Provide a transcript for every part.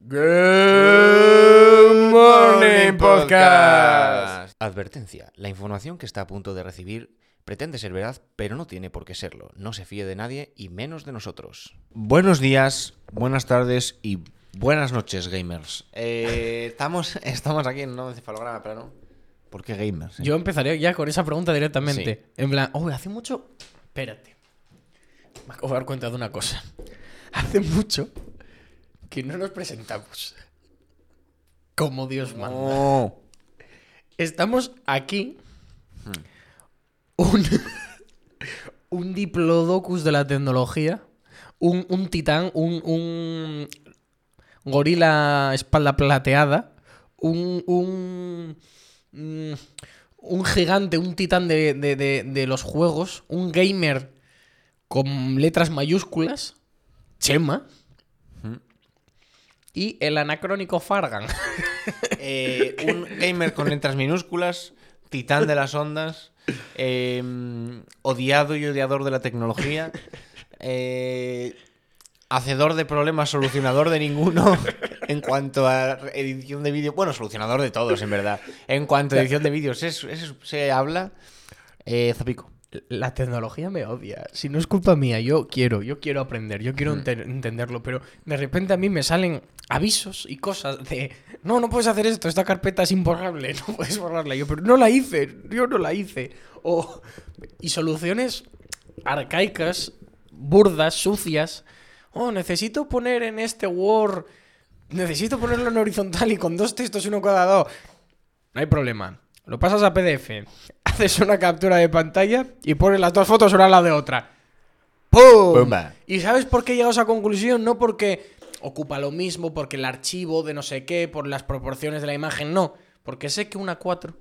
Good Morning Podcast. Advertencia: la información que está a punto de recibir pretende ser veraz, pero no tiene por qué serlo. No se fíe de nadie y menos de nosotros. Buenos días, buenas tardes y buenas noches, gamers. Estamos aquí en un nuevo encefalograma, pero no. ¿Por qué gamers? Yo empezaría ya con esa pregunta directamente. Sí. En plan, hace mucho... Espérate. Me acabo de dar cuenta de una cosa. Hace mucho que no nos presentamos. Como Dios manda. No. Estamos aquí. Un diplodocus de la tecnología. Un titán. Un gorila espalda plateada. Un gigante, un titán de los juegos. Un gamer con letras mayúsculas. Chema. Y el anacrónico Fargan. Un gamer con letras minúsculas, titán de las ondas, odiado y odiador de la tecnología, hacedor de problemas, solucionador de ninguno en cuanto a edición de vídeo. Bueno, solucionador de todos, en verdad. En cuanto a edición de vídeos se habla, Zapico. La tecnología me odia. Si no es culpa mía, yo quiero aprender, yo quiero entenderlo, pero de repente a mí me salen avisos y cosas de no puedes hacer esto, esta carpeta es imborrable, no puedes borrarla. Yo, pero yo no la hice. Y soluciones arcaicas, burdas, sucias. Necesito poner en este Word, necesito ponerlo en horizontal y con dos textos uno cada dos. No hay problema. Lo pasas a PDF, haces una captura de pantalla y pones las dos fotos una al lado de otra. ¡Pum! Pumba. ¿Y sabes por qué he llegado a esa conclusión? No porque ocupa lo mismo, porque el archivo de no sé qué, por las proporciones de la imagen, no. Porque sé que una 4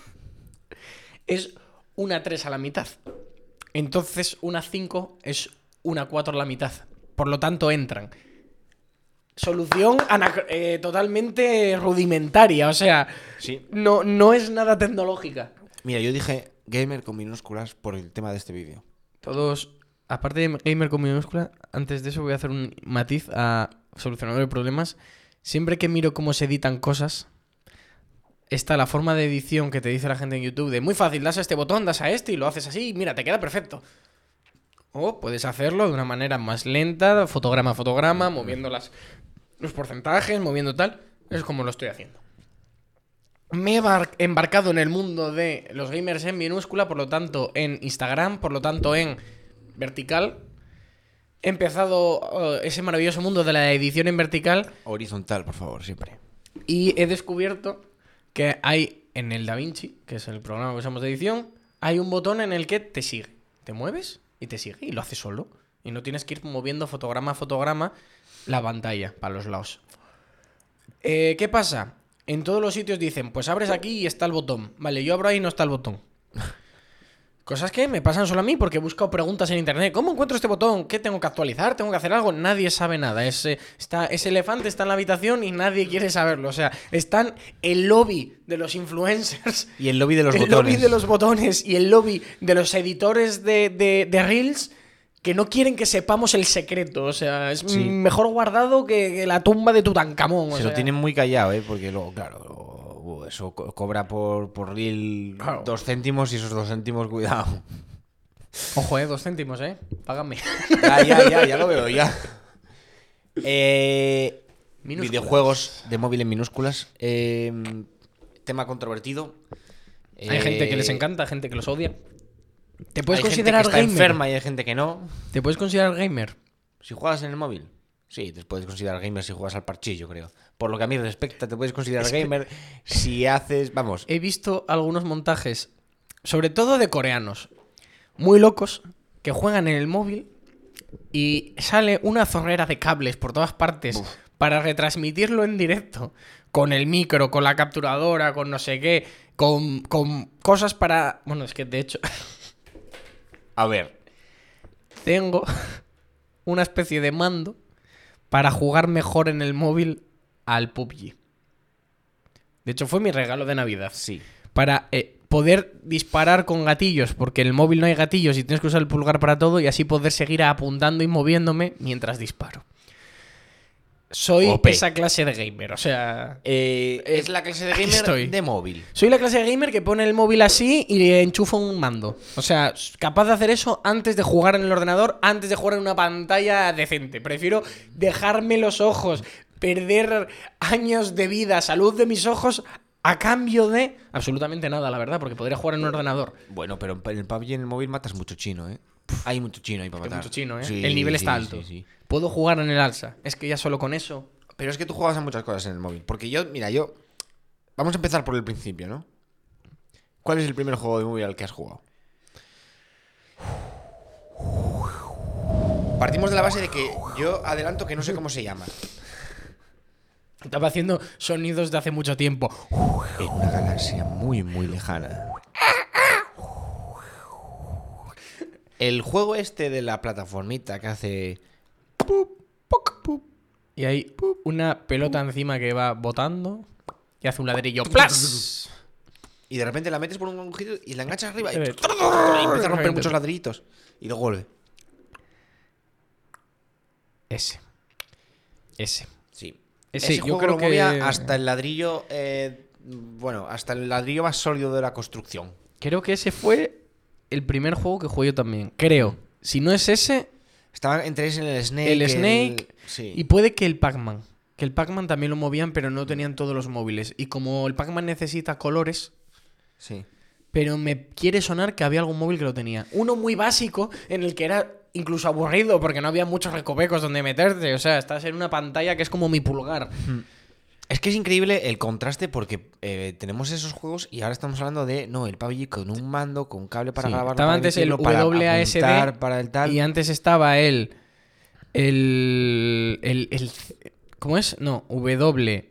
es una 3 a la mitad. Entonces una 5 es una 4 a la mitad. Por lo tanto entran. Solución totalmente rudimentaria, o sea, Sí. no es nada tecnológica. Mira, yo dije gamer con minúsculas por el tema de este vídeo. Todos, aparte de gamer con minúscula, antes de eso voy a hacer un matiz a solucionador de problemas. Siempre que miro cómo se editan cosas, está la forma de edición que te dice la gente en YouTube de muy fácil, das a este botón, das a este y lo haces así y mira, te queda perfecto. O puedes hacerlo de una manera más lenta, fotograma a fotograma, moviendo los porcentajes, moviendo tal. Es como lo estoy haciendo. Me he embarcado en el mundo de los gamers en minúscula, por lo tanto en Instagram, por lo tanto en vertical. He empezado ese maravilloso mundo de la edición en vertical. Horizontal, por favor, siempre. Y he descubierto que hay en el DaVinci, que es el programa que usamos de edición, hay un botón en el que te sigue. Te mueves y te sigue y lo hace solo. Y no tienes que ir moviendo fotograma a fotograma la pantalla para los lados. ¿Qué pasa? En todos los sitios dicen, pues abres aquí y está el botón. Vale, yo abro ahí y no está el botón. Cosas que me pasan solo a mí porque he buscado preguntas en internet. ¿Cómo encuentro este botón? ¿Qué tengo que actualizar? ¿Tengo que hacer algo? Nadie sabe nada. Ese elefante está en la habitación y nadie quiere saberlo. O sea, están el lobby de los influencers. Y el lobby de los botones. El lobby de los botones y el lobby de los editores de Reels que no quieren que sepamos el secreto. O sea, es mejor guardado que la tumba de Tutankamón. Se lo tienen muy callado, porque luego, claro, eso cobra por reel Claro. 2 céntimos y esos 2 céntimos, cuidado. Ojo, 2 céntimos, Págame. Ya lo veo, ya. Minúsculas. Videojuegos de móvil en minúsculas. Tema controvertido. Hay gente que les encanta, gente que los odia. ¿Te puedes hay considerar gente que está gamer? enferma y hay gente que no. ¿Te puedes considerar gamer? Si juegas en el móvil, sí, te puedes considerar gamer si juegas al parchillo, creo. Por lo que a mí respecta, te puedes considerar gamer si haces... Vamos. He visto algunos montajes, sobre todo de coreanos, muy locos, que juegan en el móvil y sale una zorrera de cables por todas partes para retransmitirlo en directo. Con el micro, con la capturadora, con no sé qué, con cosas para... Bueno, es que de hecho... A ver. Tengo una especie de mando para jugar mejor en el móvil al PUBG. De hecho, fue mi regalo de Navidad. Sí. Para poder disparar con gatillos, porque en el móvil no hay gatillos y tienes que usar el pulgar para todo y así poder seguir apuntando y moviéndome mientras disparo. Soy OP. esa clase de gamer, o sea... Es la clase de aquí gamer estoy. de móvil. Soy la clase de gamer que pone el móvil así y le enchufa un mando. O sea, capaz de hacer eso antes de jugar en el ordenador, antes de jugar en una pantalla decente. Prefiero dejarme los ojos, perder años de vida, salud de mis ojos, a cambio de absolutamente nada, la verdad, porque podría jugar en un ordenador. Bueno, pero en el PUBG en el móvil matas mucho chino, ¿eh? Hay mucho chino ahí para Hay matar. mucho chino, ¿eh? Sí, El nivel está sí, alto. sí, sí. Puedo jugar en el alza. Es que ya solo con eso... Pero es que tú juegas a muchas cosas en el móvil. Porque mira, vamos a empezar por el principio, ¿no? ¿Cuál es el primer juego de móvil al que has jugado? Partimos de la base de que yo adelanto que no sé cómo se llama. Estaba haciendo sonidos de hace mucho tiempo. En una galaxia muy, muy lejana. El juego este de la plataformita que hace... Y hay una pelota encima que va botando y hace un ladrillo. ¡Plas! Y de repente la metes por un agujero y la enganchas arriba y empieza a romper muchos ladrillitos. Y luego vuelve. Ese. Sí. Ese, Ese yo juego creo lo movía que... hasta el ladrillo... bueno, hasta el ladrillo más sólido de la construcción. Creo que ese fue el primer juego que jugué yo también. Creo. Si no es ese, Estaba entre ese el Snake. el Snake Sí. y puede que el Pac-Man. Que el Pac-Man también lo movían, pero no tenían todos los móviles. Y como el Pac-Man necesita colores... Sí. Pero me quiere sonar que había algún móvil que lo tenía. Uno muy básico, en el que era incluso aburrido, porque no había muchos recovecos donde meterte. O sea, estás en una pantalla que es como mi pulgar. Es que es increíble el contraste porque tenemos esos juegos y ahora estamos hablando de, no, el PUBG con un mando, con un cable para Sí, grabarlo, estaba para antes el emitirlo, para WASD apuntar, para el tal. Y antes estaba el ¿cómo es? No, WASD.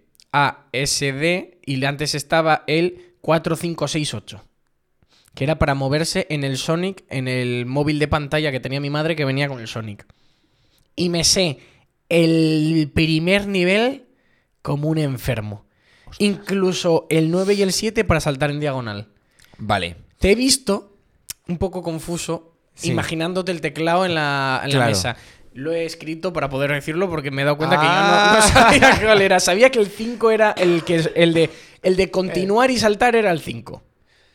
Y antes estaba el 4568. Que era para moverse en el Sonic, en el móvil de pantalla que tenía mi madre que venía con el Sonic. Y me sé el primer nivel como un enfermo. Ostras. Incluso el 9 y el 7 para saltar en diagonal. Vale. Te he visto un poco confuso, Sí. Imaginándote el teclado en la Claro. mesa. Lo he escrito para poder decirlo porque me he dado cuenta que yo no sabía cuál era. Sabía que el 5 era el de continuar y saltar era el 5.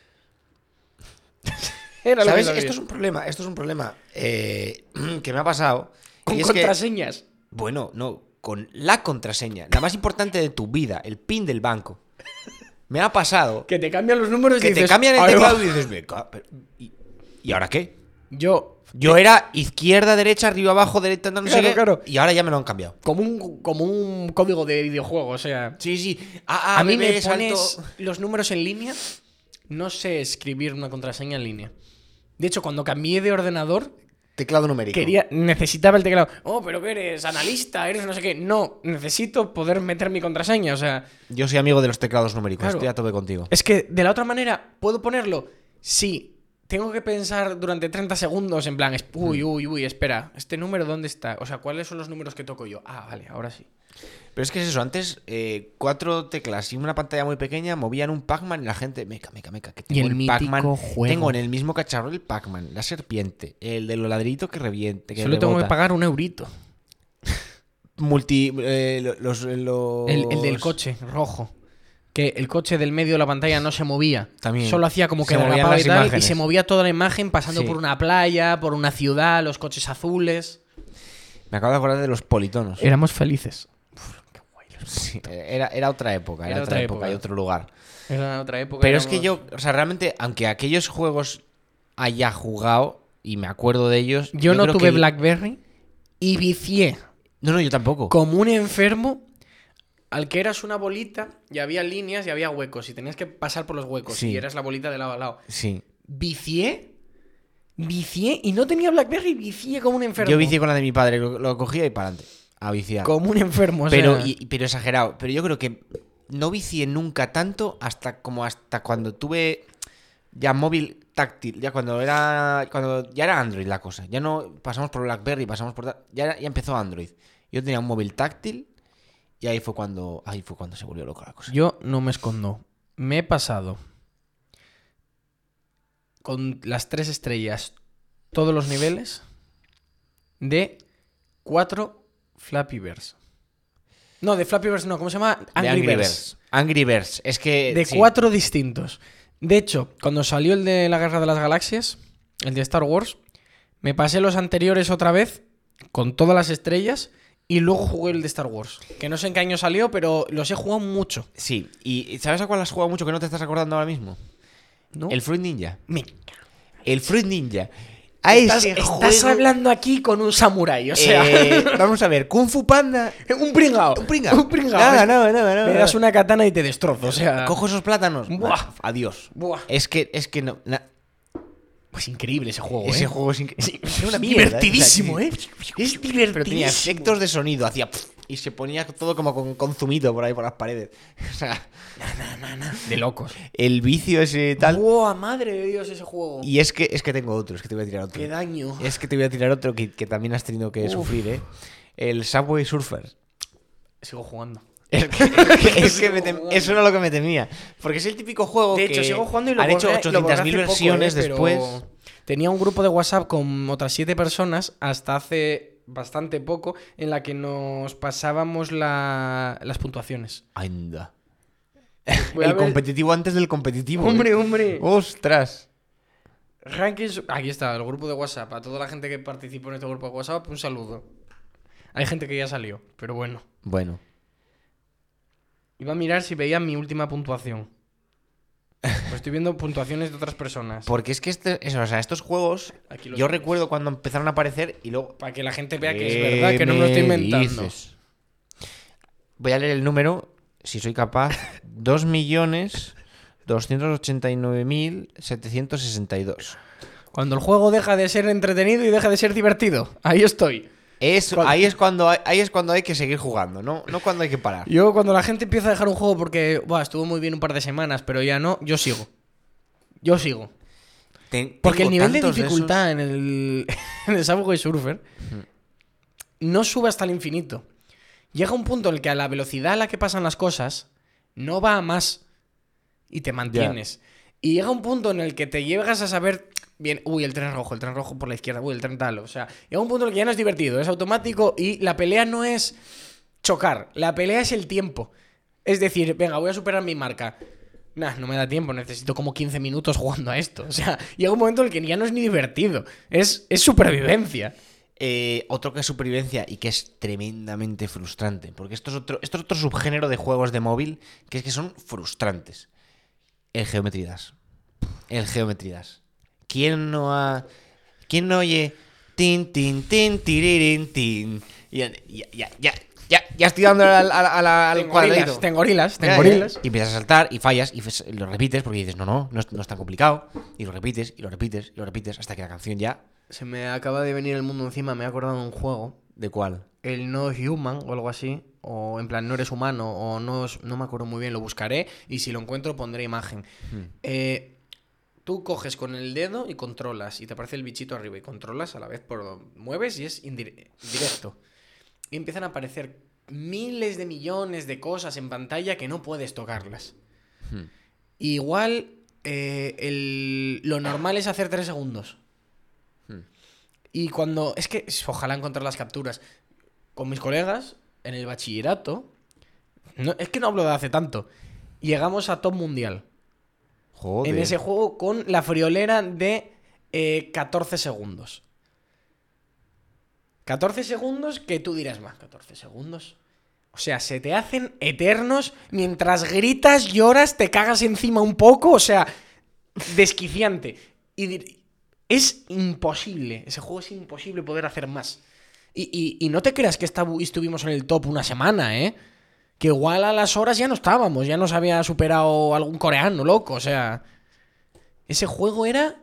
Era lo que ¿Sabes? sabía. Esto es un problema que me ha pasado. Con y es contraseñas. que, bueno, no, con la contraseña, la más importante de tu vida, el PIN del banco. Me ha pasado Que te cambian los números y que dices... te cambian el "Ahí va". teclado y dices, "Venga, pero, ¿y ahora qué? Yo, Yo era izquierda, derecha, arriba, abajo, derecha, no sé Claro, qué, claro. y ahora ya me lo han cambiado. como un código de videojuego, o sea... Sí, sí. A mí me bebé, pones salto. los números en línea, no sé escribir una contraseña en línea. De hecho, cuando cambié de ordenador, Teclado numérico. necesitaba el teclado. Oh, pero que eres analista, eres no sé qué. No, necesito poder meter mi contraseña, o sea... Yo soy amigo de los teclados numéricos, Claro. estoy a tope contigo. Es que de la otra manera, ¿puedo ponerlo? Sí. Tengo que pensar durante 30 segundos en plan, uy, espera, ¿este número dónde está? O sea, ¿cuáles son los números que toco yo? Ah, vale, ahora sí. Pero es que es eso, antes 4 teclas y una pantalla muy pequeña movían un Pac-Man y la gente, meca, que tengo Y el mítico Pac-Man, juego. tengo en el mismo cacharro el Pac-Man, la serpiente, el de los ladrillitos que reviente, que Solo tengo que rebota. pagar un eurito. El del coche, rojo. Que el coche del medio de la pantalla no se movía. También. Solo hacía como que Se movían derrapaba y las tal. Y imágenes. se movía toda la imagen pasando Sí. por una playa, por una ciudad, los coches azules. Me acabo de acordar de los politonos. Éramos felices. Sí, era otra época, era otra época y otro lugar. Era otra época. Pero es que yo, o sea, realmente, aunque aquellos juegos haya jugado y me acuerdo de ellos... Yo no creo tuve que BlackBerry y vicié No, yo tampoco. como un enfermo al que eras una bolita y había líneas y había huecos y tenías que pasar por los huecos Sí. y eras la bolita de lado a lado. Sí. Vicié y no tenía BlackBerry, vicié como un enfermo. Yo vicié con la de mi padre, lo cogía y para adelante. A viciar. Como un enfermo, o Pero, sea... pero exagerado. Pero yo creo que no vicié nunca tanto hasta cuando tuve ya móvil táctil. Ya cuando ya era Android la cosa. Ya no pasamos por BlackBerry, ya empezó Android. Yo tenía un móvil táctil y ahí fue cuando se volvió loca la cosa. Yo no me escondo. Me he pasado con las 3 estrellas todos los niveles de 4 Flappy Birds. No, de Flappy Birds no, ¿cómo se llama? De Angry Birds. Angry Birds. Es que... De 4 distintos. De hecho, cuando salió el de la Guerra de las Galaxias, el de Star Wars, me pasé los anteriores otra vez, con todas las estrellas, y luego jugué el de Star Wars. Que no sé en qué año salió, pero los he jugado mucho. Sí, y ¿sabes a cuál has jugado mucho que no te estás acordando ahora mismo? ¿No? El Fruit Ninja. Me... El Fruit Ninja. Estás hablando aquí con un samurái, o sea... vamos a ver, Kung Fu Panda... Un pringao. Un pringao. Un pringao. No. Me das una katana y te destrozo, o sea... Cojo esos plátanos. Buah. Adiós. Buah. Es que no... Pues increíble ese juego, Ese ¿eh? juego es una mierda. Divertidísimo, ¿eh? Es divertidísimo. Pero tenía efectos de sonido, hacía... Y se ponía todo como con zumito por ahí por las paredes. O sea... De locos. El vicio ese tal... ¡Buah, madre de Dios, ese juego! Y es que tengo otro, es que te voy a tirar otro. ¡Qué daño! Es que te voy a tirar otro que también has tenido que sufrir, ¿eh? El Subway Surfers. Sigo jugando. Eso era lo que me temía. Porque es el típico juego de hecho, que sigo jugando y lo han hecho borré 800.000 versiones pero después. Tenía un grupo de WhatsApp con otras 7 personas hasta hace bastante poco en la que nos pasábamos las puntuaciones. Anda. Voy a El ver- competitivo antes del competitivo. ¡Hombre! ¡Ostras! Rankings... Aquí está, el grupo de WhatsApp. A toda la gente que participó en este grupo de WhatsApp, un saludo. Hay gente que ya salió, pero bueno. Bueno. Iba a mirar si veía mi última puntuación. Pues estoy viendo puntuaciones de otras personas. Porque es que estos juegos, Aquí los yo tenéis. recuerdo cuando empezaron a aparecer y luego... Para que la gente vea que es verdad, que no me lo estoy ¿Qué inventando. dices? Voy a leer el número, si soy capaz. 2.289.762. Cuando el juego deja de ser entretenido y deja de ser divertido. Ahí estoy. Ahí es cuando hay que seguir jugando, no cuando hay que parar. Yo cuando la gente empieza a dejar un juego porque estuvo muy bien un par de semanas, pero ya no, yo sigo. Porque el nivel de dificultad en el Subway Surfer no sube hasta el infinito. Llega un punto en el que a la velocidad a la que pasan las cosas no va a más y te mantienes. Y llega un punto en el que te llegas a saber bien, el tren rojo por la izquierda, el tren tal. O sea, llega un punto en el que ya no es divertido, es automático y la pelea no es chocar, la pelea es el tiempo. Es decir, venga, voy a superar mi marca. No me da tiempo, necesito como 15 minutos jugando a esto. O sea, llega un momento en el que ya no es ni divertido, es supervivencia. Otro que es supervivencia y que es tremendamente frustrante. Porque esto es otro subgénero de juegos de móvil que es que son frustrantes. El Geometry Dash. ¿Quién no oye? Tin, tin, tin, tiririn, tin. Ya estoy dando al cuadradito. Ten gorilas. Y empiezas a saltar y fallas y lo repites porque dices, no es tan complicado. Y lo repites hasta que la canción ya... Se me acaba de venir el mundo encima, me he acordado de un juego. ¿De cuál? El No Human o algo así. O en plan, no eres humano. O no me acuerdo muy bien, lo buscaré. Y si lo encuentro pondré imagen. Tú coges con el dedo y controlas. Y te aparece el bichito arriba. Y controlas a la vez mueves y es directo. Y empiezan a aparecer miles de millones de cosas en pantalla que no puedes tocarlas. Igual lo normal es hacer 3 segundos. Y cuando... Es que ojalá encontrar las capturas. Con mis colegas, en el bachillerato... es que no hablo de hace tanto. Llegamos a top mundial. Joder. En ese juego con la friolera de 14 segundos. 14 segundos que tú dirás más. 14 segundos. O sea, se te hacen eternos mientras gritas, lloras, te cagas encima un poco. O sea, desquiciante. Y es imposible. Ese juego es imposible poder hacer más. Y no te creas que estuvimos en el top una semana, ¿eh? Que igual a las horas ya no estábamos. Ya nos había superado algún coreano, loco. O sea, ese juego era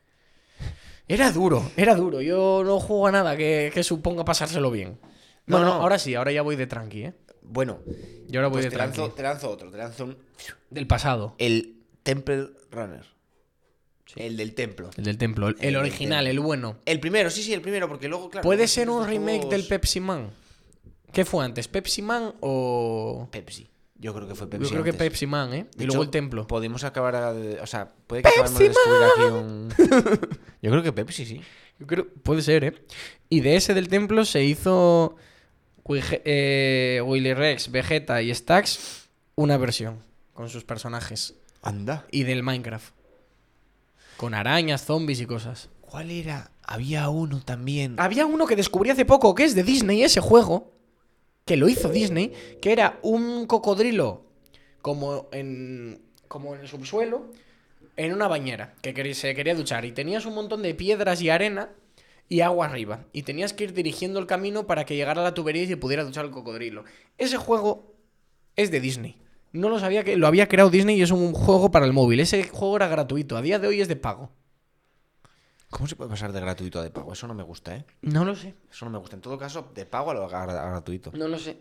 duro. Yo no juego a nada que suponga pasárselo bien. No, ahora sí, ahora ya voy de tranqui, ¿eh? Bueno, yo ahora voy pues de tranqui. te lanzo un... Del pasado. El Temple Runner. Sí. El del templo. El del templo. El original, el bueno. El primero, sí, el primero, porque luego, claro... ¿Puede ser un remake del Pepsi Man? ¿Qué fue antes? ¿Pepsi Man o...? Pepsi. Yo creo que fue Pepsi. Yo creo antes. que Pepsi Man, ¿eh? De y luego hecho, el templo. Podemos acabar... O sea, puede que acabemos de descubrir aquí un... Yo creo que Pepsi, sí. Puede ser, ¿eh? Y de ese del templo se hizo Willy Rex, Vegeta y Stax, una versión con sus personajes. Anda. Y del Minecraft. Con arañas, zombies y cosas. ¿Cuál era? Había uno también. Había uno que descubrí hace poco, que es de Disney, ese juego, que lo hizo Disney, que era un cocodrilo como en el subsuelo, en una bañera, que se quería duchar. Y tenías un montón de piedras y arena y agua arriba. Y tenías que ir dirigiendo el camino para que llegara a la tubería y se pudiera duchar el cocodrilo. Ese juego es de Disney. No lo sabía, que lo había creado Disney y es un juego para el móvil. Ese juego era gratuito. A día de hoy es de pago. ¿Cómo se puede pasar de gratuito a de pago? Eso no me gusta, ¿eh? No lo sé. Eso no me gusta. En todo caso, de pago a gratuito. No lo sé.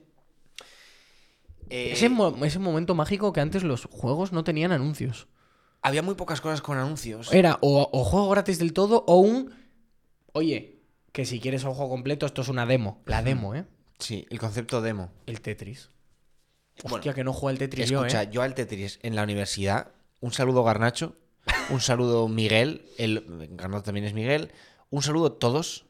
Ese momento mágico que antes los juegos no tenían anuncios. Había muy pocas cosas con anuncios. Era o juego gratis del todo o un... Oye, que si quieres el juego completo, esto es una demo. La demo, ¿eh? Sí, el concepto demo. El Tetris. Bueno, Hostia, que no juega el Tetris escucha, yo, ¿eh? yo al Tetris en la universidad, un saludo Garnacho, un saludo Miguel, Garnacho también es Miguel, un saludo a todos,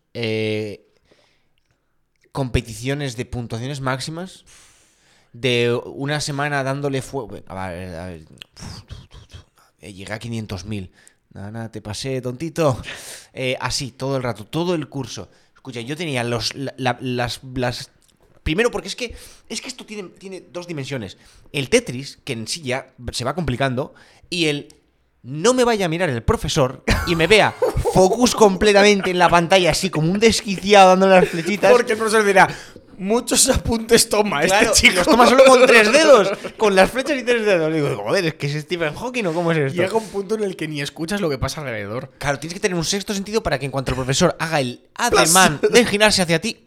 competiciones de puntuaciones máximas, de una semana dándole fuego, a ver, llegué a 500.000, nada, te pasé, tontito, así, todo el rato, todo el curso. Escucha, yo tenía las primero, porque es que esto tiene dos dimensiones. El Tetris, que en sí ya se va complicando, y el no me vaya a mirar el profesor y me vea focus completamente en la pantalla, así como un desquiciado dándole las flechitas. Porque el profesor dirá, muchos apuntes toma Claro, este chico. y los toma solo con 3 dedos, con las flechas y 3 dedos. Digo, joder, ¿es que es Stephen Hawking o cómo es esto? Llega un punto en el que ni escuchas lo que pasa alrededor. Claro, tienes que tener un sexto sentido para que en cuanto el profesor haga el ademán de girarse hacia ti...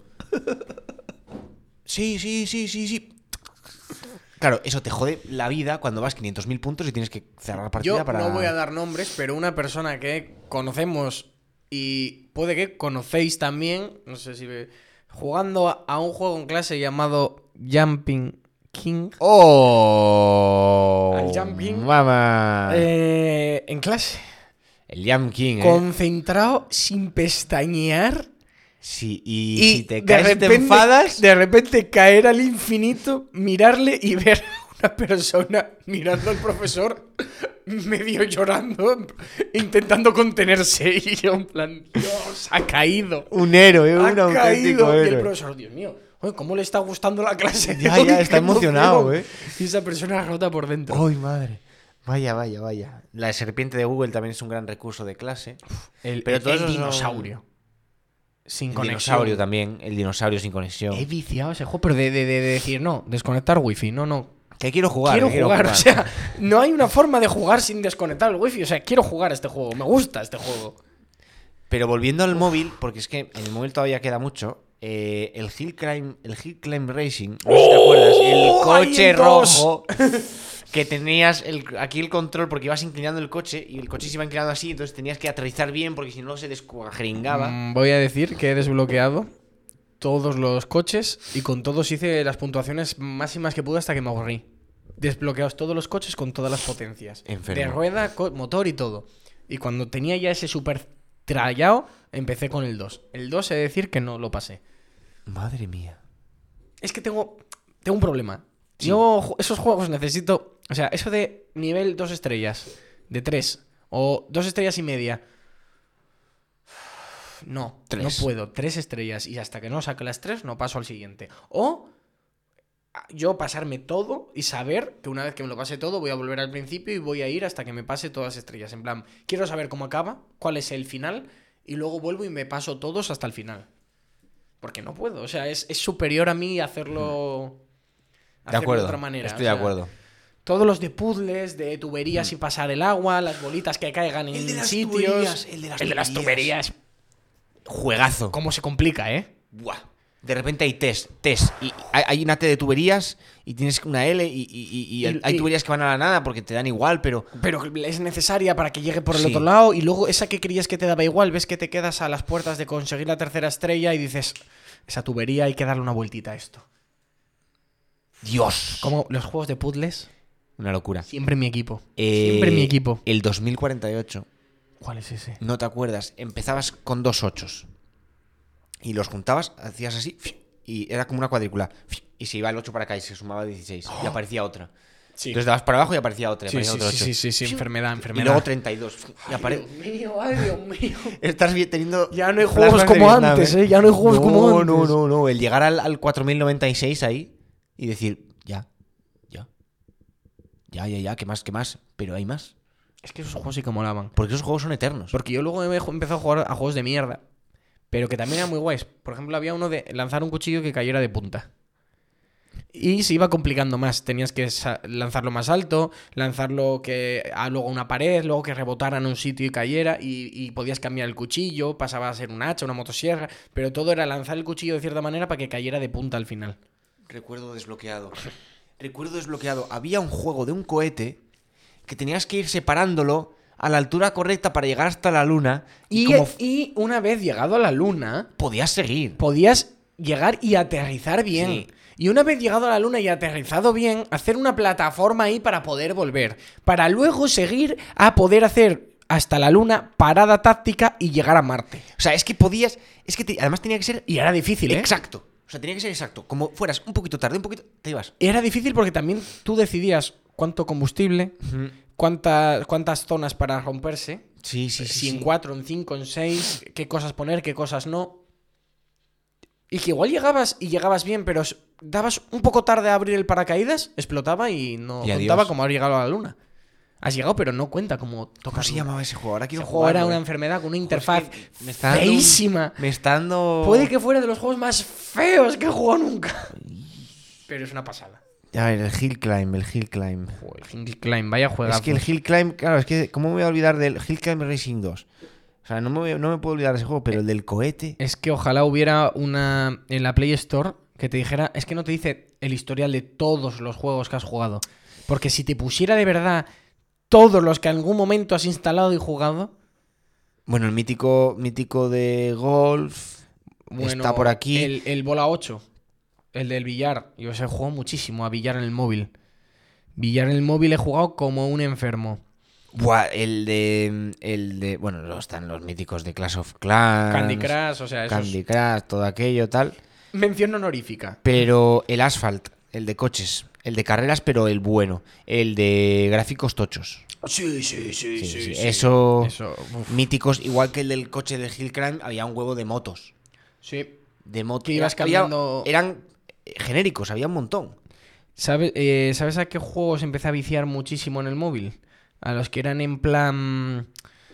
Sí. Claro, eso te jode la vida cuando vas 500.000 puntos y tienes que cerrar partida Yo para... no voy a dar nombres, pero una persona que conocemos y puede que conocéis también, no sé si... jugando a un juego en clase llamado Jumping King. ¡Oh! Al Jumping. ¡Mamá! En clase. El Jump King, Concentrado, sin pestañear. Sí, y si te de caes repente, te enfadas... De repente caer al infinito, mirarle y ver a una persona mirando al profesor medio llorando, intentando contenerse. Y yo en plan, Dios, ha caído. Un héroe, un Ha auténtico caído. Y el héroe. profesor, Dios mío, oye, ¿cómo le está gustando la clase? Ya, Uy, está qué emocionado, emoción. Y esa persona rota por dentro. ¡Ay, madre! Vaya. La serpiente de Google también es un gran recurso de clase. Pero todos el esos son- dinosaurio. Sin El conexión. dinosaurio también, el dinosaurio sin conexión. He viciado ese juego, pero de decir, no, desconectar wifi, no. Que quiero jugar. Quiero jugar, o sea, no hay una forma de jugar sin desconectar el wifi, o sea, quiero jugar a este juego, me gusta este juego. Pero volviendo al móvil, porque es que en el móvil todavía queda mucho, el Hill Climb Racing, no sé si te acuerdas, el ¡Oh, coche hay dos! rojo, que tenías aquí el control porque ibas inclinando el coche y el coche se iba inclinando así, entonces tenías que aterrizar bien porque si no se descuajeringaba. Voy a decir que he desbloqueado todos los coches y con todos hice las puntuaciones máximas que pude hasta que me aburrí. Desbloqueados todos los coches con todas las potencias. Enfermo. De rueda, motor y todo. Y cuando tenía ya ese super trallado, empecé con el 2. El 2 he de decir que no lo pasé. Madre mía. Es que tengo un problema. Sí. Yo esos juegos necesito... O sea, eso de nivel 2 estrellas, de 3, o 2 estrellas y media. No, 3. no puedo. 3 estrellas y hasta que no saque las 3 no paso al siguiente. O yo pasarme todo y saber que una vez que me lo pase todo voy a volver al principio y voy a ir hasta que me pase todas las estrellas. En plan, quiero saber cómo acaba, cuál es el final y luego vuelvo y me paso todos hasta el final. Porque no puedo. O sea, es superior a mí hacerlo... De acuerdo. De otra manera. Estoy O sea, de acuerdo. todos los de puzzles, de tuberías y pasar el agua, las bolitas que caigan en El de las sitios. tuberías, El de las tuberías. Juegazo. ¿Cómo se complica, eh? Buah. De repente hay test. Y hay una T de tuberías y tienes una L y hay tuberías que van a la nada porque te dan igual, pero... Pero es necesaria para que llegue por el Sí. otro lado. Y luego esa que creías que te daba igual, ves que te quedas a las puertas de conseguir la tercera estrella y dices, esa tubería hay que darle una vueltita a esto. Dios. Como los juegos de puzzles, Una locura. siempre mi equipo. Siempre mi equipo. El 2048, ¿Cuál es ese? no te acuerdas, empezabas con 2 ochos y los juntabas, hacías así y era como una cuadrícula. Y se iba el 8 para acá y se sumaba 16. Y aparecía otra. Sí. Entonces dabas para abajo y aparecía otra. Sí, aparecía otro 8. sí, enfermedad. Y luego 32. Y Dios mío, ay, Dios mío. Estás teniendo... Ya no hay plasmas juegos de como Vietnam, antes, ¿eh? Ya no hay juegos como antes. No. El llegar al 4096 ahí y decir, ya. ¿Qué más? Pero hay más. Es que esos juegos sí que molaban. Porque esos juegos son eternos. Porque yo luego he empezado a jugar a juegos de mierda. Pero que también eran muy guays. Por ejemplo, había uno de lanzar un cuchillo que cayera de punta. Y se iba complicando más. Tenías que lanzarlo más alto, lanzarlo luego a una pared, luego que rebotara en un sitio y cayera. Y podías cambiar el cuchillo, pasaba a ser un hacha, una motosierra. Pero todo era lanzar el cuchillo de cierta manera para que cayera de punta al final. Recuerdo desbloqueado. Había un juego de un cohete que tenías que ir separándolo a la altura correcta para llegar hasta la luna. Y una vez llegado a la luna, podías seguir. Podías llegar y aterrizar bien. Sí. Y una vez llegado a la luna y aterrizado bien, hacer una plataforma ahí para poder volver. Para luego seguir a poder hacer hasta la luna parada táctica y llegar a Marte. O sea, es que podías... además tenía que ser... Y era difícil, ¿eh? Exacto. O sea, tenía que ser exacto. Como fueras un poquito tarde, un poquito... Te ibas. Era difícil porque también tú decidías cuánto combustible, cuántas zonas para romperse. Sí. Si en 4, en 5, en 6, qué cosas poner, qué cosas no. Y que igual llegabas bien, pero dabas un poco tarde a abrir el paracaídas, explotaba y no contaba como haber llegado a la luna. Has llegado, pero no cuenta como tocas. ¿Cómo se llamaba ese juego? Ahora quiero jugar. Ese juego era una enfermedad con una interfaz feísima. Me está dando... Puede que fuera de los juegos más feos que he jugado nunca. Pero es una pasada. A ver, el Hill Climb. Joder, el Hill Climb, vaya juegazo. Es que el Hill Climb, claro, es que ¿cómo me voy a olvidar del Hill Climb Racing 2? O sea, no me puedo olvidar de ese juego, pero el del cohete... Es que ojalá hubiera una en la Play Store que te dijera... Es que no te dice el historial de todos los juegos que has jugado. Porque si te pusiera de verdad todos los que en algún momento has instalado y jugado... Bueno, el mítico de golf está por aquí. El Bola 8, el del billar. Yo he jugado muchísimo a billar en el móvil. Billar en el móvil he jugado como un enfermo. Buah, el de... Bueno, están los míticos de Clash of Clans. Candy Crush, o sea, eso Candy Crush, todo aquello, tal. Mención honorífica. Pero el Asphalt, el de coches, el de carreras, pero el bueno. El de gráficos tochos. Sí. Eso míticos, igual que el del coche del Hill Climb, había un huevo de motos. Sí. De motos. Que ibas cambiando... Eran genéricos, había un montón. ¿Sabes a qué juegos empecé a viciar muchísimo en el móvil? A los que eran en plan...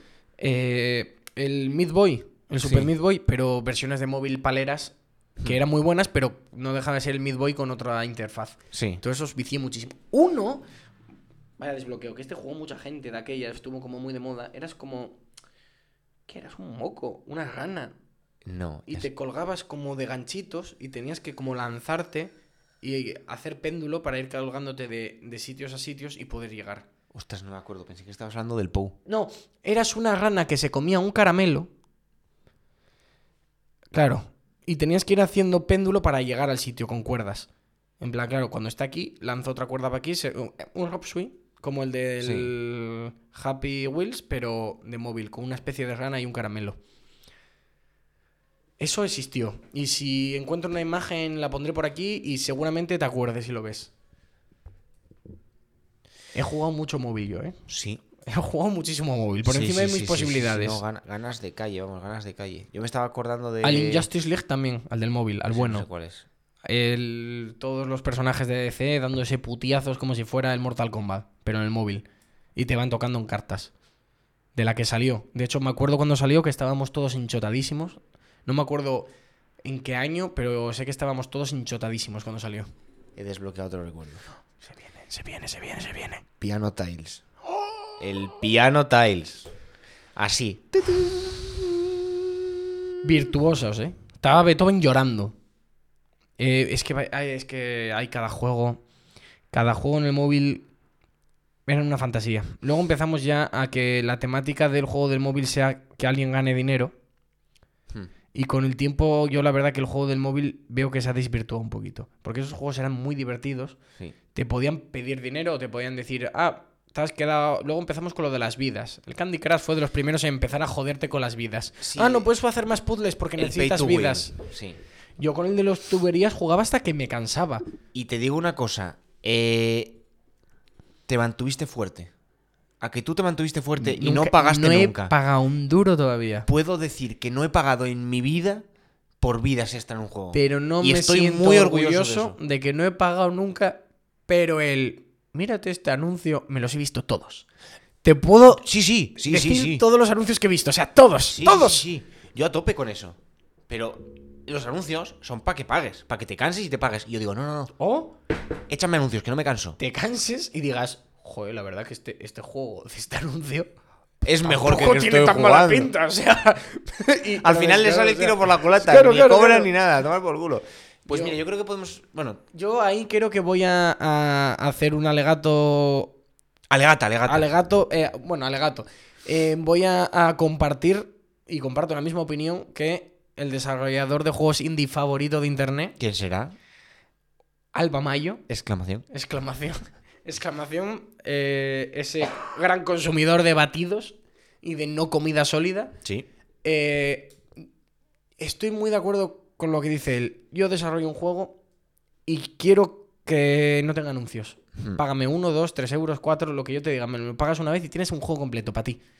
el Meat Boy, el Super Meat Boy, pero versiones de móvil paleras que eran muy buenas, pero no dejaba de ser el Meat Boy con otra interfaz. Sí. Entonces esos vicié muchísimo. Uno... Vaya desbloqueo, que jugó mucha gente de aquella, estuvo como muy de moda. Eras como... ¿Qué eras? Un moco, una rana. No. Y te colgabas como de ganchitos y tenías que como lanzarte y hacer péndulo para ir colgándote de sitios a sitios y poder llegar. Ostras, no me acuerdo, pensé que estabas hablando del Pou. No, eras una rana que se comía un caramelo. Claro. Y tenías que ir haciendo péndulo para llegar al sitio con cuerdas. En plan, claro, cuando está aquí, lanza otra cuerda para aquí, un hop swing, como el del Happy Wheels, pero de móvil, con una especie de rana y un caramelo. Eso existió. Y si encuentro una imagen, la pondré por aquí y seguramente te acuerdes si lo ves. He jugado mucho móvil yo, ¿eh? Sí. He jugado muchísimo móvil, por encima de mis posibilidades. No, ganas de calle, vamos, ganas de calle. Yo me estaba acordando de... Al Injustice League también, al del móvil, al bueno. No sé cuál es. Todos los personajes de DC dándose putiazos como si fuera el Mortal Kombat, pero en el móvil. Y te van tocando en cartas. De la que salió. De hecho, me acuerdo cuando salió que estábamos todos hinchotadísimos. No me acuerdo en qué año, pero sé que estábamos todos hinchotadísimos cuando salió. He desbloqueado otro recuerdo. Se viene. Piano Tiles. El Piano Tiles. Así. Virtuosos, ¿eh? Estaba Beethoven llorando. Es que hay cada juego. Cada juego en el móvil era una fantasía. Luego empezamos ya a que la temática del juego del móvil sea que alguien gane dinero. Y con el tiempo yo la verdad que el juego del móvil veo que se ha desvirtuado un poquito. Porque esos juegos eran muy divertidos. Sí. Te podían pedir dinero o te podían decir... te has quedado... Luego empezamos con lo de las vidas. El Candy Crush fue de los primeros en empezar a joderte con las vidas. Sí. No puedes hacer más puzzles porque necesitas vidas. Sí. Yo con el de los tuberías jugaba hasta que me cansaba. Y te digo una cosa, te mantuviste fuerte. A que tú te mantuviste fuerte y no pagaste nunca. No he pagado un duro todavía. Puedo decir que no he pagado en mi vida por vida si está en un juego. Pero no y me estoy siento muy orgulloso de que no he pagado nunca, pero mírate este anuncio, me los he visto todos. Te puedo Sí. decir todos los anuncios que he visto, o sea, todos, Sí, todos. Sí. Yo a tope con eso. Pero los anuncios son para que pagues, para que te canses y te pagues. Y yo digo, no. O Échame anuncios, que no me canso. te canses y digas, joder, la verdad que este juego, este anuncio... Es mejor que tampoco el que tiene estoy tan mala jugando. pinta, o sea... Al final le sale el tiro por la culata. Claro, ni claro, cobran claro. ni nada, tomar por culo. Pues Yo- mira, yo creo que podemos... Bueno, Yo ahí creo que voy a hacer un alegato... alegata. Alegato. Voy a compartir, y comparto la misma opinión, que el desarrollador de juegos indie favorito de internet, ¿Quién será? Alba Mayo, Exclamación. exclamación, ese gran consumidor de batidos y de no comida sólida. Sí. Estoy muy de acuerdo con lo que dice él. Yo desarrollo un juego y quiero que no tenga anuncios. Págame 1, 2, 3 euros, 4, lo que yo te diga. Me lo pagas una vez y tienes un juego completo para ti.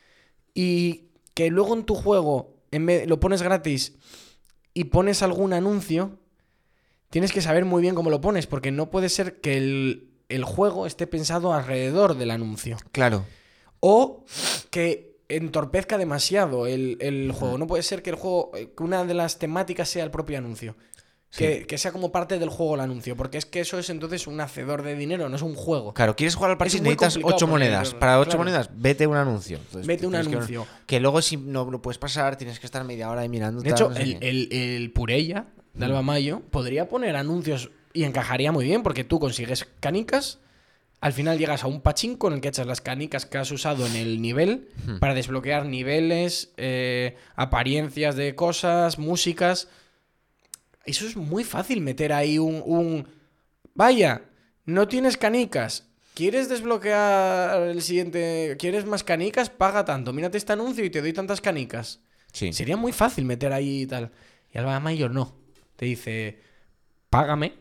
Y que luego en tu juego lo pones gratis y pones algún anuncio, tienes que saber muy bien cómo lo pones, porque no puede ser que el juego esté pensado alrededor del anuncio. Claro. O que entorpezca demasiado el juego. No puede ser que el juego, que una de las temáticas sea el propio anuncio. Sí. Que sea como parte del juego el anuncio. Porque es que eso es entonces un hacedor de dinero, no es un juego. Claro, ¿quieres jugar al parchís? Es muy Necesitas complicado 8 poner- monedas. Para 8 claro. monedas, vete un anuncio. Entonces, Vete un tienes anuncio. Que luego si no lo puedes pasar, tienes que estar media hora ahí mirando. De tal, hecho, no sé qué. el Purella de Alba Mayo podría poner anuncios y encajaría muy bien porque tú consigues canicas, al final llegas a un pachinko en el que echas las canicas que has usado en el nivel para desbloquear niveles, apariencias de cosas, músicas. Eso es muy fácil meter ahí Vaya, no tienes canicas. ¿Quieres desbloquear el siguiente? ¿Quieres más canicas? Paga tanto. Mírate este anuncio y te doy tantas canicas. Sí. Sería muy fácil meter ahí y tal. Y Alba Mayo no. Te dice, págame.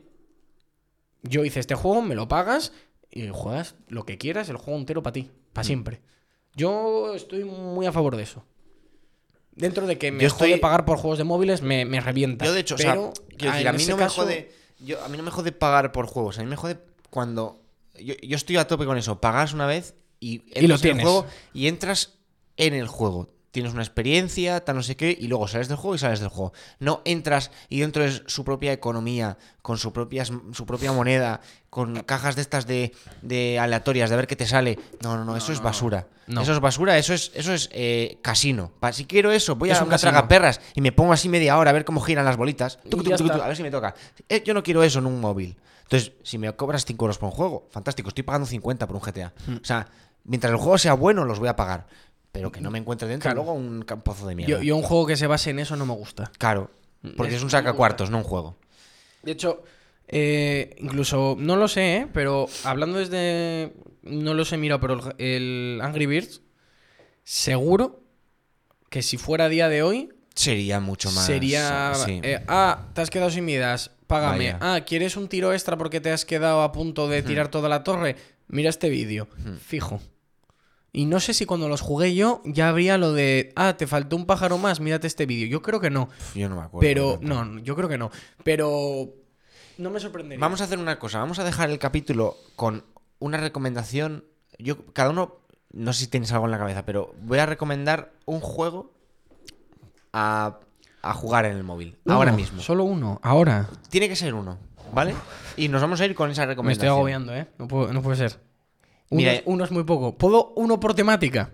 Yo hice este juego, me lo pagas y juegas lo que quieras, el juego entero para ti, para siempre. Yo estoy muy a favor de eso. Dentro de que me jode pagar por juegos de móviles, me revienta. Yo, de hecho, pero, quiero decir, a mí ese no me caso- jode. A mí no me jode pagar por juegos. A mí me jode cuando. Yo estoy a tope con eso. Pagas una vez y entras lo en el tienes. juego y entras en el juego. Tienes una experiencia, tal no sé qué, y luego sales del juego y sales del juego. No entras y dentro es su propia economía, con su propia moneda, con cajas de estas de aleatorias, de ver qué te sale. No, eso es basura. No. Eso es basura, eso es casino. Si quiero eso, voy Es a un una casino. tragaperras y me pongo así media hora a ver cómo giran las bolitas. Y ya está. A ver si me toca. Yo no quiero eso en un móvil. Entonces, si me cobras 5 euros por un juego, fantástico, estoy pagando 50 por un GTA. O sea, mientras el juego sea bueno, los voy a pagar. Pero que no me encuentre dentro Claro. luego un pozo de mierda. Yo un juego que se base en eso no me gusta. Claro, porque es un sacacuartos, no un juego. De hecho, incluso, no lo sé, pero hablando desde... No los he mirado, pero el Angry Birds, seguro que si fuera a día de hoy, Sería mucho más. sería... Sí. te has quedado sin vidas, págame. Vaya. ¿Quieres un tiro extra porque te has quedado a punto de tirar toda la torre? Mira este vídeo, fijo. Y no sé si cuando los jugué yo ya habría lo de... te faltó un pájaro más, mírate este vídeo. Yo creo que no. Yo no me acuerdo. Pero... No, yo creo que no. Pero... No me sorprendería. Vamos a hacer una cosa. Vamos a dejar el capítulo con una recomendación. Cada uno, no sé si tienes algo en la cabeza, pero voy a recomendar un juego a jugar en el móvil. Ahora mismo. Solo uno, ahora. Tiene que ser uno, ¿vale? Y nos vamos a ir con esa Me estoy recomendación. agobiando, ¿eh? No puede ser. Mira, Uno es muy poco. ¿Puedo uno por temática?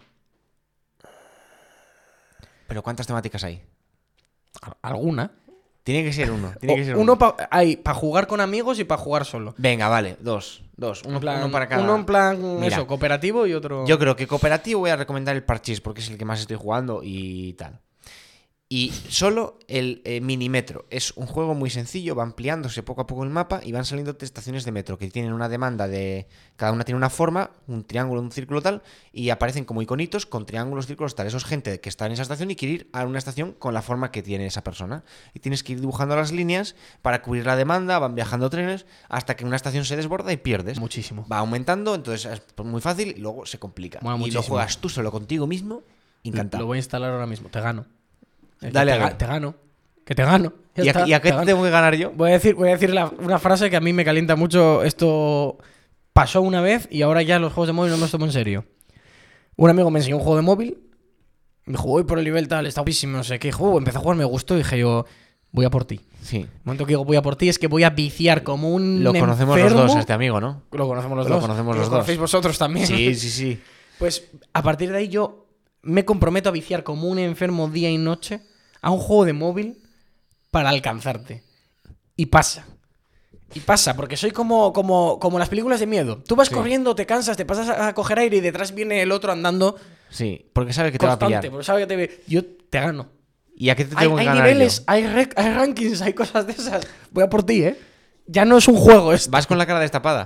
Pero ¿cuántas temáticas hay? ¿Alguna? Tiene que ser uno. Tiene que ser uno hay para jugar con amigos y para jugar solo. Venga, vale, dos. Uno para cada. Uno en plan, Mira, eso, cooperativo y otro... Yo creo que cooperativo voy a recomendar el Parchís porque es el que más estoy jugando y tal. Y solo el Minimetro. Es un juego muy sencillo, va ampliándose poco a poco el mapa y van saliendo estaciones de metro que tienen una demanda de... Cada una tiene una forma, un triángulo, un círculo tal, y aparecen como iconitos con triángulos, círculos tal. Eso es gente que está en esa estación y quiere ir a una estación con la forma que tiene esa persona. Y tienes que ir dibujando las líneas para cubrir la demanda, van viajando trenes, hasta que una estación se desborda y pierdes. Muchísimo. Va aumentando, entonces es muy fácil y luego se complica. Mola y muchísimo. lo juegas tú solo contigo mismo, encantado. Lo voy a instalar ahora mismo. Te gano. Dale, a ver. Te gano. Que te gano. Ya ¿Y está, a qué te gano. tengo que ganar yo? Voy a decir una frase que a mí me calienta mucho. Esto pasó una vez y ahora ya los juegos de móvil no me los tomo en serio. Un amigo me enseñó un juego de móvil. Me dijo, voy por el nivel tal, está guapísimo, no sé qué. Empecé a jugar, me gustó y dije yo, voy a por ti. Sí. El momento que digo voy a por ti es que voy a viciar como un Lo conocemos enfermo. los dos, a este amigo, ¿no? Lo conocemos los Lo dos. conocemos los dos. conocéis vosotros también. Sí, sí, sí. Pues a partir de ahí yo me comprometo a viciar como un enfermo día y noche a un juego de móvil para alcanzarte. Y pasa. Y pasa, porque soy como las películas de miedo. Tú vas corriendo, te cansas, te pasas a coger aire y detrás viene el otro andando Sí, porque sabe que te va a constante. pillar. Porque sabe que yo te gano. ¿Y a qué te Hay tengo que ganar niveles, yo? hay rankings, hay cosas de esas. Voy a por ti, ¿eh? Ya no es un juego esto. Vas con la cara destapada.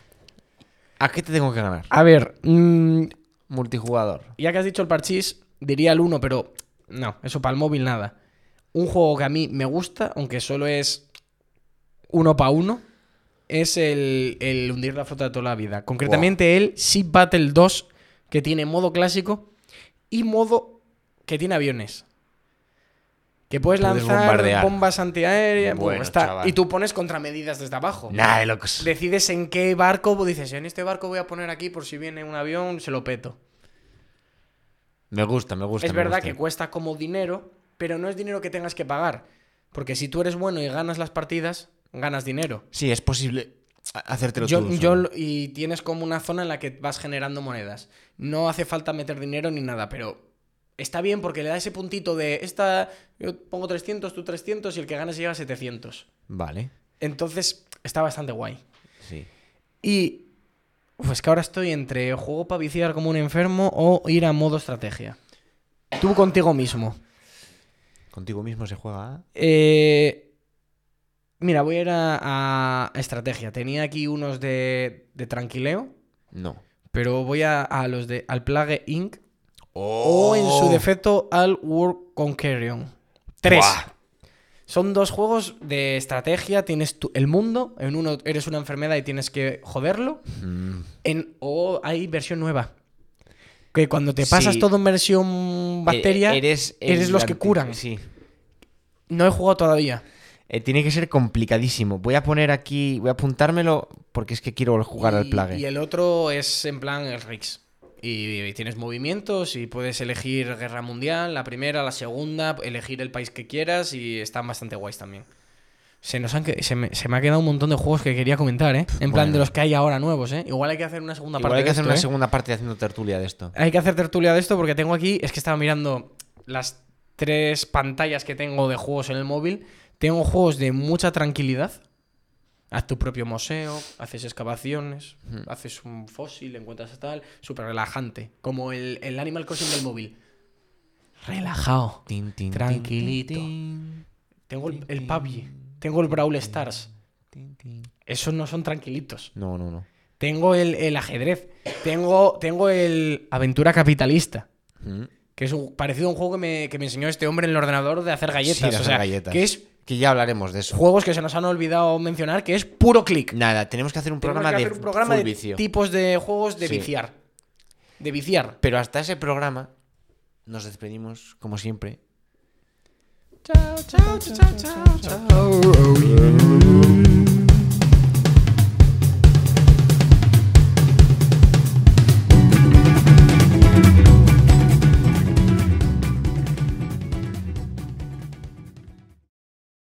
¿A qué te tengo que ganar? A ver, Multijugador. ya que has dicho el parchís, diría el 1, pero no, eso para el móvil nada. Un juego que a mí me gusta, aunque solo es 1 para 1, es el hundir la flota de toda la vida. Concretamente el Sea Battle 2, que tiene modo clásico y modo que tiene aviones. Que puedes lanzar bombardear. bombas antiaéreas. Bueno, Está, chaval. y tú pones contramedidas desde abajo. Nada de locos. Decides en qué barco, dices, en este barco voy a poner aquí por si viene un avión, se lo peto. Me gusta. Es verdad que cuesta como dinero, pero no es dinero que tengas que pagar. Porque si tú eres bueno y ganas las partidas, ganas dinero. Sí, es posible hacértelo tú. Y tienes como una zona en la que vas generando monedas. No hace falta meter dinero ni nada, pero está bien porque le da ese puntito de yo pongo 300, tú 300 y el que gane se lleva 700. Vale. Entonces está bastante guay. Sí. Y pues que ahora estoy entre juego para viciar como un enfermo o ir a modo estrategia. Tú contigo mismo. ¿Contigo mismo se juega? Mira, voy a ir a estrategia. Tenía aquí unos de tranquileo, No. pero voy a los de Al Plague Inc. Oh. O en su defecto al World Conquerion. 3. Buah. Son 2 juegos de estrategia. Tienes el mundo. En uno eres una enfermedad y tienes que joderlo. O hay versión nueva. Que cuando te pasas Sí. todo en versión bacteria, eres los que curan. Sí. No he jugado todavía. Tiene que ser complicadísimo. Voy a poner aquí, voy a apuntármelo porque es que quiero jugar al Plague. Y el otro es en plan el Rix. Y tienes movimientos y puedes elegir Guerra Mundial, la primera, la segunda, elegir el país que quieras y están bastante guays también. Se me ha quedado un montón de juegos que quería comentar, ¿eh? En plan de los que hay ahora nuevos, ¿eh? Igual hay que hacer una segunda parte Igual hay que de hacer esto, una ¿eh? segunda parte haciendo tertulia de esto. Hay que hacer tertulia de esto porque tengo aquí... Es que estaba mirando las 3 pantallas que tengo de juegos en el móvil. Tengo juegos de mucha tranquilidad. Haz tu propio museo, haces excavaciones, haces un fósil, encuentras tal... Súper relajante. Como el Animal Crossing del móvil. Relajado. Tranquilito. Tengo el PUBG. Tengo el Brawl Stars. Esos no son tranquilitos. No. Tengo el ajedrez. Tengo el Aventura Capitalista. Que es parecido a un juego que me enseñó este hombre en el ordenador de hacer galletas. Sí, de hacer galletas. Que es Que ya hablaremos de eso. juegos que se nos han olvidado mencionar, que es puro clic. Nada, tenemos que hacer un Tenemos programa que de hacer un programa full de vicio. tipos de juegos de Sí. viciar. De viciar. Pero hasta ese programa nos despedimos, como siempre. Chao, chao, chao, chao, chao.